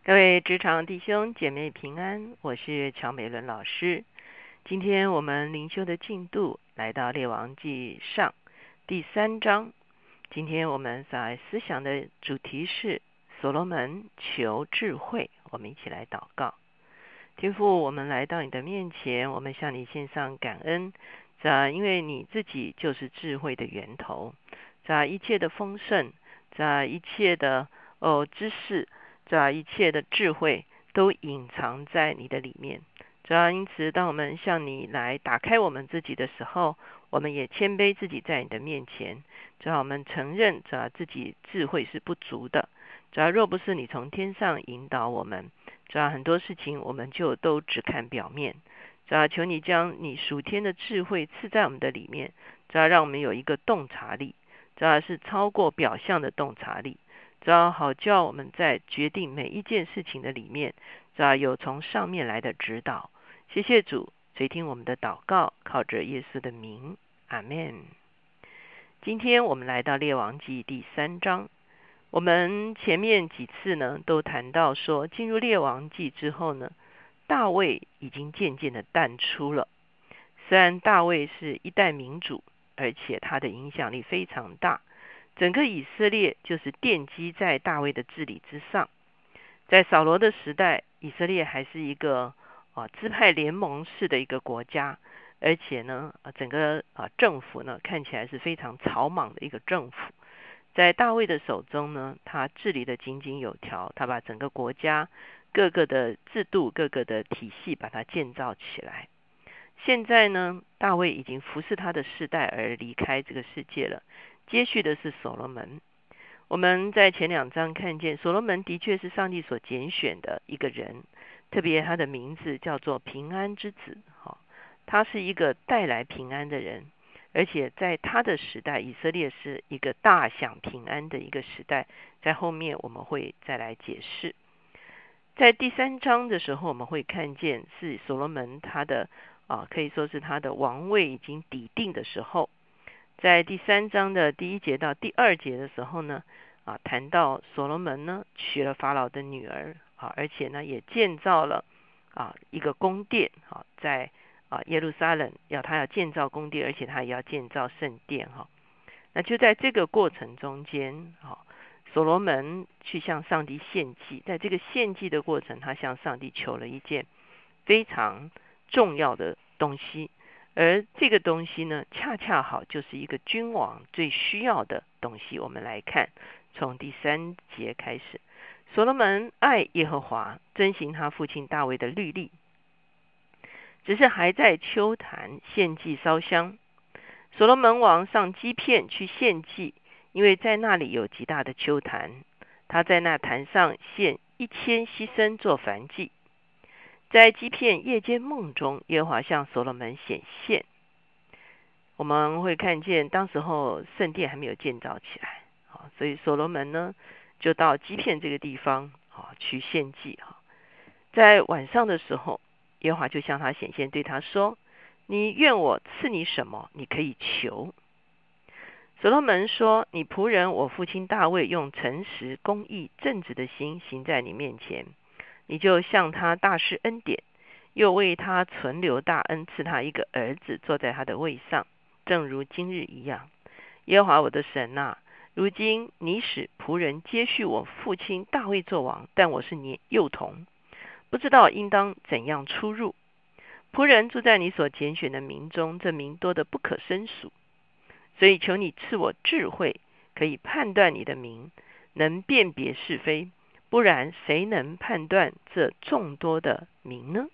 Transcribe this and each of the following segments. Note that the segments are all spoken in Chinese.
各位职场弟兄姐妹平安，我是乔美伦老师。今天我们灵修的进度来到列王记上第3章。今天我们在思想的主题是所罗门求智慧。我们一起来祷告。天父，我们来到你的面前，我们向你献上感恩，因为你自己就是智慧的源头，在一切的丰盛，在一切的知识，在一切的智慧都隐藏在你的里面。因此当我们向你来打开我们自己的时候，我们也谦卑自己在你的面前，我们承认自己智慧是不足的，若不是你从天上引导我们，很多事情我们就都只看表面。求你将你属天的智慧赐在我们的里面，让我们有一个洞察力，是超过表象的洞察力，好叫我们在决定每一件事情的里面，有从上面来的指导。谢谢主，垂听我们的祷告，靠着耶稣的名，阿们。今天我们来到列王记第3章。我们前面几次呢都谈到说，进入列王记之后呢，大卫已经渐渐的淡出了。虽然大卫是一代民主，而且他的影响力非常大，整个以色列就是奠基在大卫的治理之上。在扫罗的时代，以色列还是一个支派联盟式的一个国家，而且呢整个政府呢看起来是非常草莽的一个政府。在大卫的手中呢，他治理的井井有条，他把整个国家各个的制度、各个的体系把它建造起来。现在呢，大卫已经服侍他的世代而离开这个世界了，接续的是所罗门。我们在前2章看见，所罗门的确是上帝所拣选的一个人，特别他的名字叫做平安之子，他是一个带来平安的人，而且在他的时代，以色列是一个大享平安的一个时代，在后面我们会再来解释。在第3章的时候，我们会看见是所罗门他的可以说是他的王位已经底定的时候。在第3章的第1节到第2节的时候呢，谈到所罗门呢娶了法老的女儿，而且呢也建造了一个宫殿，在耶路撒冷他要建造宫殿，而且他也要建造圣殿。那就在这个过程中间，所罗门去向上帝献祭，在这个献祭的过程，他向上帝求了一件非常重要的东西，而这个东西呢，恰恰好就是一个君王最需要的东西。我们来看，从第3节开始，所罗门爱耶和华，遵行他父亲大卫的律例，只是还在丘坛献祭烧香。所罗门王上基遍去献祭，因为在那里有极大的丘坛，他在那坛上献1000牺牲做燔祭。在基遍夜间梦中，耶和华向所罗门显现。我们会看见当时候圣殿还没有建造起来，所以所罗门呢就到基遍这个地方去献祭。在晚上的时候，耶和华就向他显现，对他说，你愿我赐你什么，你可以求。所罗门说，你仆人我父亲大卫用诚实、公义、正直的心行在你面前，你就向他大施恩典，又为他存留大恩，赐他一个儿子坐在他的位上，正如今日一样。耶和华我的神啊，如今你使仆人接续我父亲大卫作王，但我是你幼童，不知道应当怎样出入。仆人住在你所拣选的民中，这民多得不可胜数，所以求你赐我智慧，可以判断你的民，能辨别是非，不然谁能判断这众多的民呢？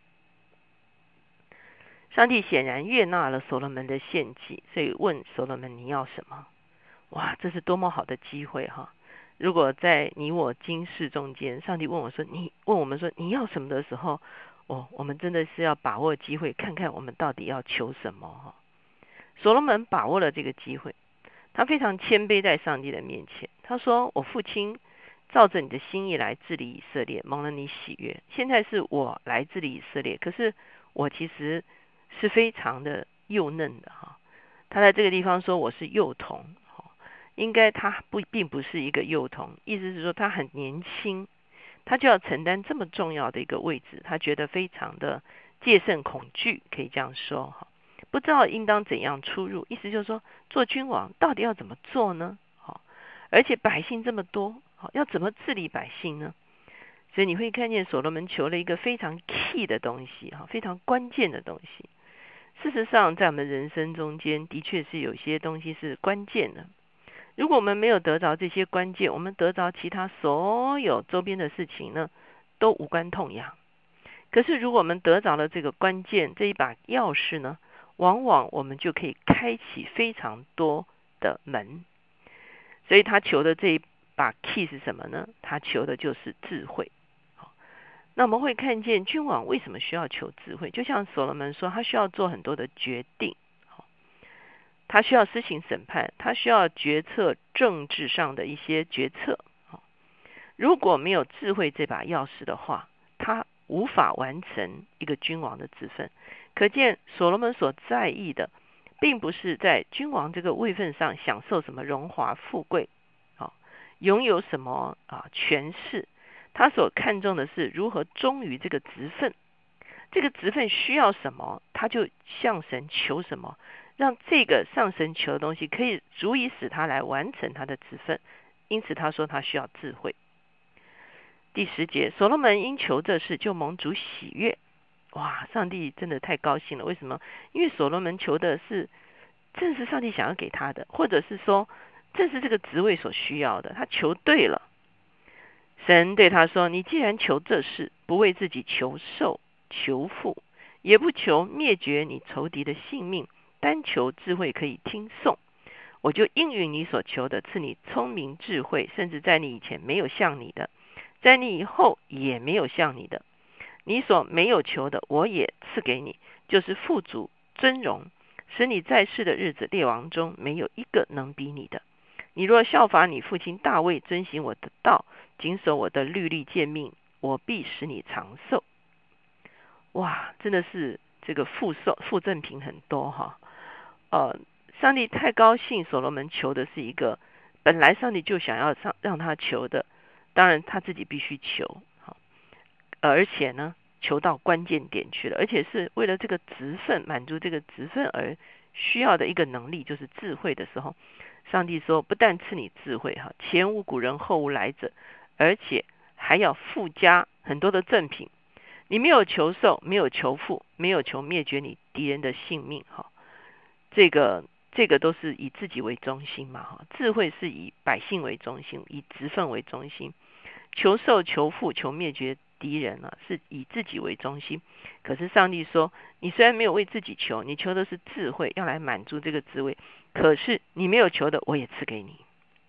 上帝显然悦纳了所罗门的献祭，所以问所罗门，你要什么？哇，这是多么好的机会哈！如果在你我今世中间，上帝问我们说你要什么的时候，我们真的是要把握机会，看看我们到底要求什么哈。所罗门把握了这个机会，他非常谦卑在上帝的面前，他说，我父亲照着你的心意来治理以色列，蒙了你喜悦，现在是我来治理以色列，可是我其实是非常的幼嫩的哈。他在这个地方说我是幼童，应该他并不是一个幼童，意思是说他很年轻， 他就要承担这么重要的一个位置，他觉得非常的戒慎恐惧，可以这样说哈，不知道应当怎样出入，意思就是说，做君王到底要怎么做呢？而且百姓这么多，要怎么治理百姓呢？所以你会看见所罗门求了一个非常 key 的东西，非常关键的东西。事实上，在我们人生中间，的确是有些东西是关键的。如果我们没有得着这些关键，我们得着其他所有周边的事情呢，都无关痛痒。可是，如果我们得着了这个关键，这一把钥匙呢，往往我们就可以开启非常多的门。所以他求的这一把 key 是什么呢？他求的就是智慧。那我们会看见君王为什么需要求智慧？就像所罗门说，他需要做很多的决定，他需要施行审判，他需要决策政治上的一些决策。如果没有智慧这把钥匙的话，他无法完成一个君王的职分。可见所罗门所在意的，并不是在君王这个位分上享受什么荣华富贵，拥有什么权势。他所看重的是如何忠于这个职分，这个职分需要什么，他就向神求什么，让这个向神求的东西可以足以使他来完成他的职分。因此他说他需要智慧。第10节，所罗门因求这事就蒙主喜悦。哇，上帝真的太高兴了。为什么？因为所罗门求的是正是上帝想要给他的，或者是说正是这个职位所需要的，他求对了。神对他说，你既然求这事，不为自己求寿求富，也不求灭绝你仇敌的性命，单求智慧可以听颂，我就应允你所求的，赐你聪明智慧，甚至在你以前没有像你的，在你以后也没有像你的。你所没有求的，我也赐给你，就是富足尊荣，使你在世的日子，列王中没有一个能比你的。你若效法你父亲大卫，遵行我的道，谨守我的律例诫命，我必使你长寿。哇，真的是这个附赠品很多哈。上帝太高兴，所罗门求的是一个本来上帝就想要让他求的，当然他自己必须求，而且呢求到关键点去了，而且是为了这个职分，满足这个职分而需要的一个能力，就是智慧的时候，上帝说不但赐你智慧，前无古人后无来者，而且还要附加很多的赠品。你没有求寿，没有求富，没有求灭绝你敌人的性命，这个都是以自己为中心嘛，智慧是以百姓为中心，以职分为中心。求寿求富求灭绝敌人是以自己为中心。可是上帝说，你虽然没有为自己求，你求的是智慧，要来满足这个职位，可是你没有求的，我也赐给你。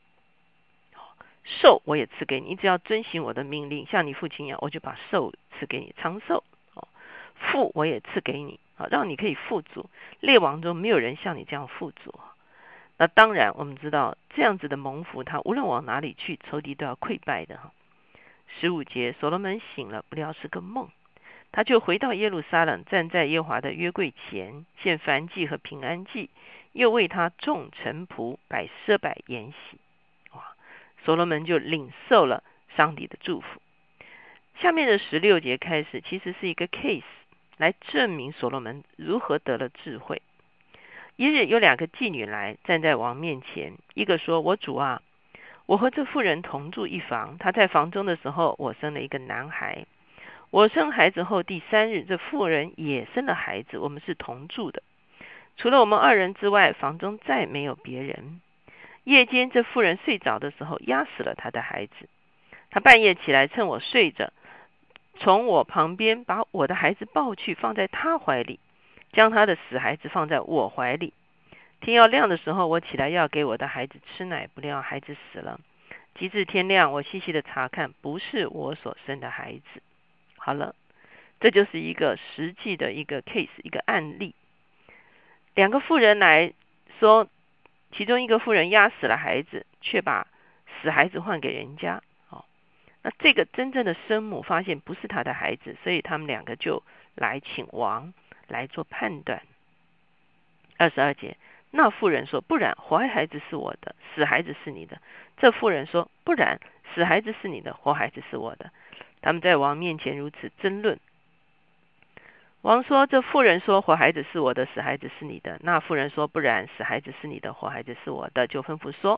寿我也赐给你，你只要遵行我的命令，像你父亲一样，我就把寿赐给你，长寿。富我也赐给你，让你可以富足，列王中没有人像你这样富足。那当然我们知道这样子的蒙福，他无论往哪里去，仇敌都要溃败的。15节，所罗门醒了，不料是个梦，他就回到耶路撒冷，站在耶和华的约柜前，献燔祭和平安祭，又为他众臣仆摆设摆筵席。所罗门就领受了上帝的祝福。下面的16节开始，其实是一个 case 来证明所罗门如何得了智慧。一日有2个妓女来，站在王面前，一个说，我主啊，我和这妇人同住一房，她在房中的时候，我生了一个男孩。我生孩子后第3日，这妇人也生了孩子，我们是同住的。除了我们2人之外，房中再没有别人。夜间这妇人睡着的时候，压死了她的孩子。她半夜起来，趁我睡着，从我旁边把我的孩子抱去，放在她怀里，将她的死孩子放在我怀里。天要亮的时候，我起来要给我的孩子吃奶，不料孩子死了。及至天亮，我细细的查看，不是我所生的孩子。好了，这就是一个实际的一个 case， 一个案例。2个妇人来说，其中一个妇人压死了孩子，却把死孩子换给人家。那这个真正的生母发现不是他的孩子，所以他们2个就来请王来做判断。22节，那妇人说，不然，活孩子是我的，死孩子是你的。这妇人说，不然，死孩子是你的，活孩子是我的。 他们在王面前如此争论。王说：这妇人说，活孩子是我的，死孩子是你的。那妇人说：不然，死孩子是你的，活孩子是我的。就吩咐说：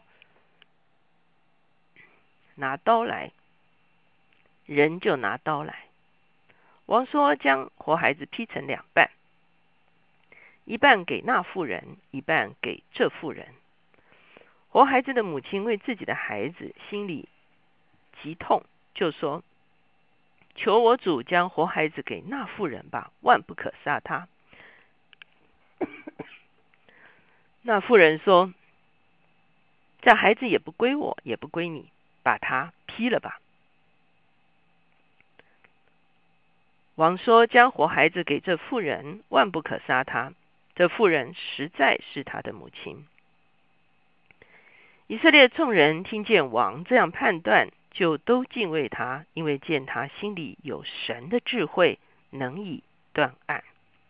拿刀来。人就拿刀来。王说：将活孩子劈成两半，一半给那妇人，一半给这妇人。活孩子的母亲为自己的孩子心里极痛，就说：求我主将活孩子给那妇人吧，万不可杀他。那妇人说：这孩子也不归我，也不归你，把他劈了吧。王说：将活孩子给这妇人，万不可杀他。这妇人实在是他的母亲。以色列众人听见王这样判断，就都敬畏他，因为见他心里有神的智慧，能以断案。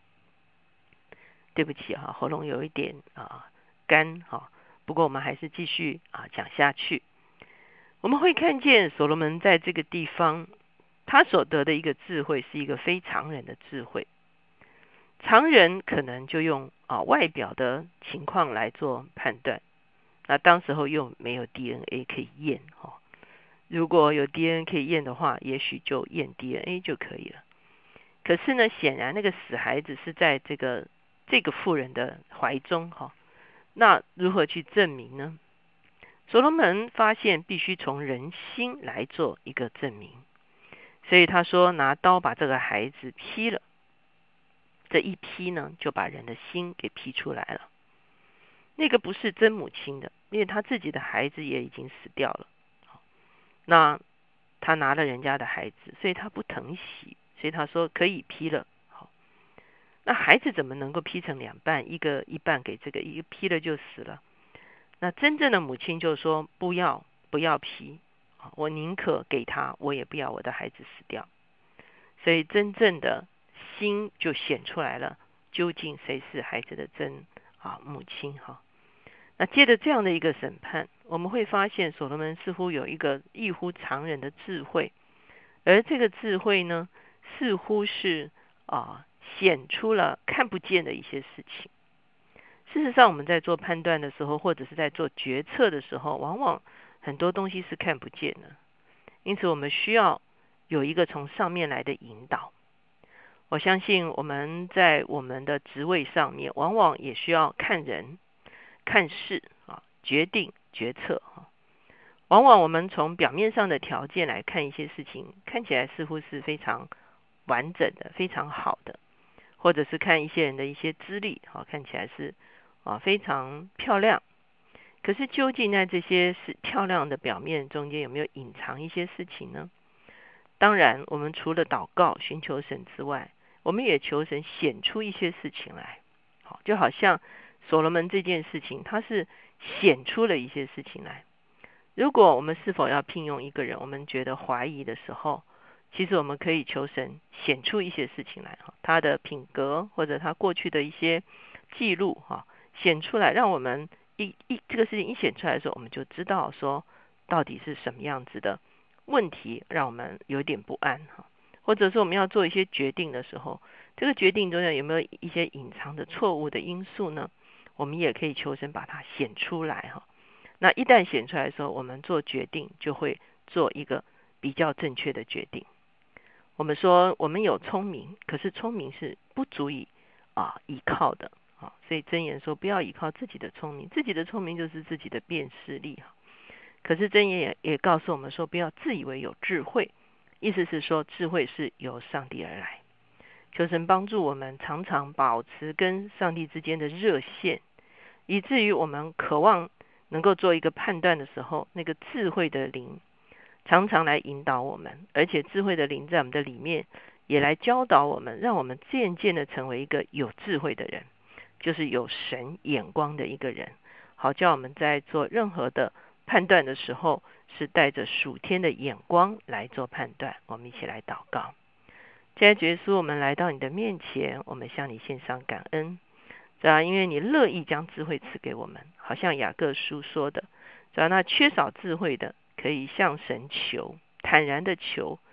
对不起喉咙有一点干不过我们还是继续讲下去。我们会看见所罗门在这个地方，他所得的一个智慧是一个非常人的智慧。常人可能就用外表的情况来做判断，那当时候又没有 DNA 可以验如果有 DNA 可以验的话，也许就验 DNA 就可以了。可是呢，显然那个死孩子是在这个妇人的怀中那如何去证明呢？所罗门发现必须从人心来做一个证明，所以他说拿刀把这个孩子劈了。这一劈呢，就把人的心给劈出来了。那个不是真母亲的，因为他自己的孩子也已经死掉了。那他拿了人家的孩子，所以他不疼惜，所以他说可以劈了。那孩子怎么能够劈成两半？一半给这个，一个劈了就死了。那真正的母亲就说不要劈，我宁可给他，我也不要我的孩子死掉。所以真正的心就显出来了，究竟谁是孩子的真母亲那接着这样的一个审判，我们会发现所罗门似乎有一个异乎常人的智慧，而这个智慧呢，似乎是显出了看不见的一些事情。事实上，我们在做判断的时候，或者是在做决策的时候，往往很多东西是看不见的，因此我们需要有一个从上面来的引导。我相信我们在我们的职位上面，往往也需要看人、看事决定决策往往我们从表面上的条件来看一些事情，看起来似乎是非常完整的、非常好的，或者是看一些人的一些资历看起来是非常漂亮。可是究竟在这些是漂亮的表面中间，有没有隐藏一些事情呢？当然，我们除了祷告寻求神之外，我们也求神显出一些事情来。就好像所罗门这件事情，他是显出了一些事情来。如果我们是否要聘用一个人，我们觉得怀疑的时候，其实我们可以求神显出一些事情来，他的品格或者他过去的一些记录显出来，让我们这个事情一显出来的时候，我们就知道说到底是什么样子的问题让我们有点不安或者说我们要做一些决定的时候，这个决定中间有没有一些隐藏的错误的因素呢？我们也可以求神把它显出来那一旦显出来的时候，我们做决定就会做一个比较正确的决定。我们说我们有聪明，可是聪明是不足以依靠的所以箴言说不要依靠自己的聪明，自己的聪明就是自己的辨识力可是箴言也告诉我们说，不要自以为有智慧，意思是说智慧是由上帝而来。求神帮助我们常常保持跟上帝之间的热线，以至于我们渴望能够做一个判断的时候，那个智慧的灵常常来引导我们，而且智慧的灵在我们的里面也来教导我们，让我们渐渐的成为一个有智慧的人，就是有神眼光的一个人，好叫我们在做任何的判断的时候是带着属天的眼光来做判断。我们一起来祷告。亲爱的耶稣，我们来到你的面前，我们向你献上感恩因为你乐意将智慧赐给我们，好像雅各书说的那缺少智慧的可以向神求，坦然的求，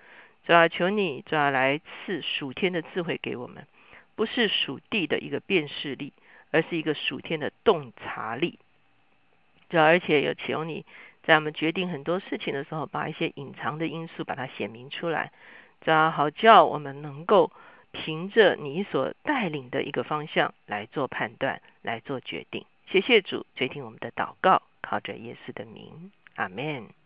主要求你主要来赐属天的智慧给我们，不是属地的一个辨识力，而是一个属天的洞察力。主要而且有求你在我们决定很多事情的时候，把一些隐藏的因素把它显明出来，主要好叫我们能够凭着你所带领的一个方向来做判断，来做决定。谢谢主垂听我们的祷告，靠着耶稣的名，阿们。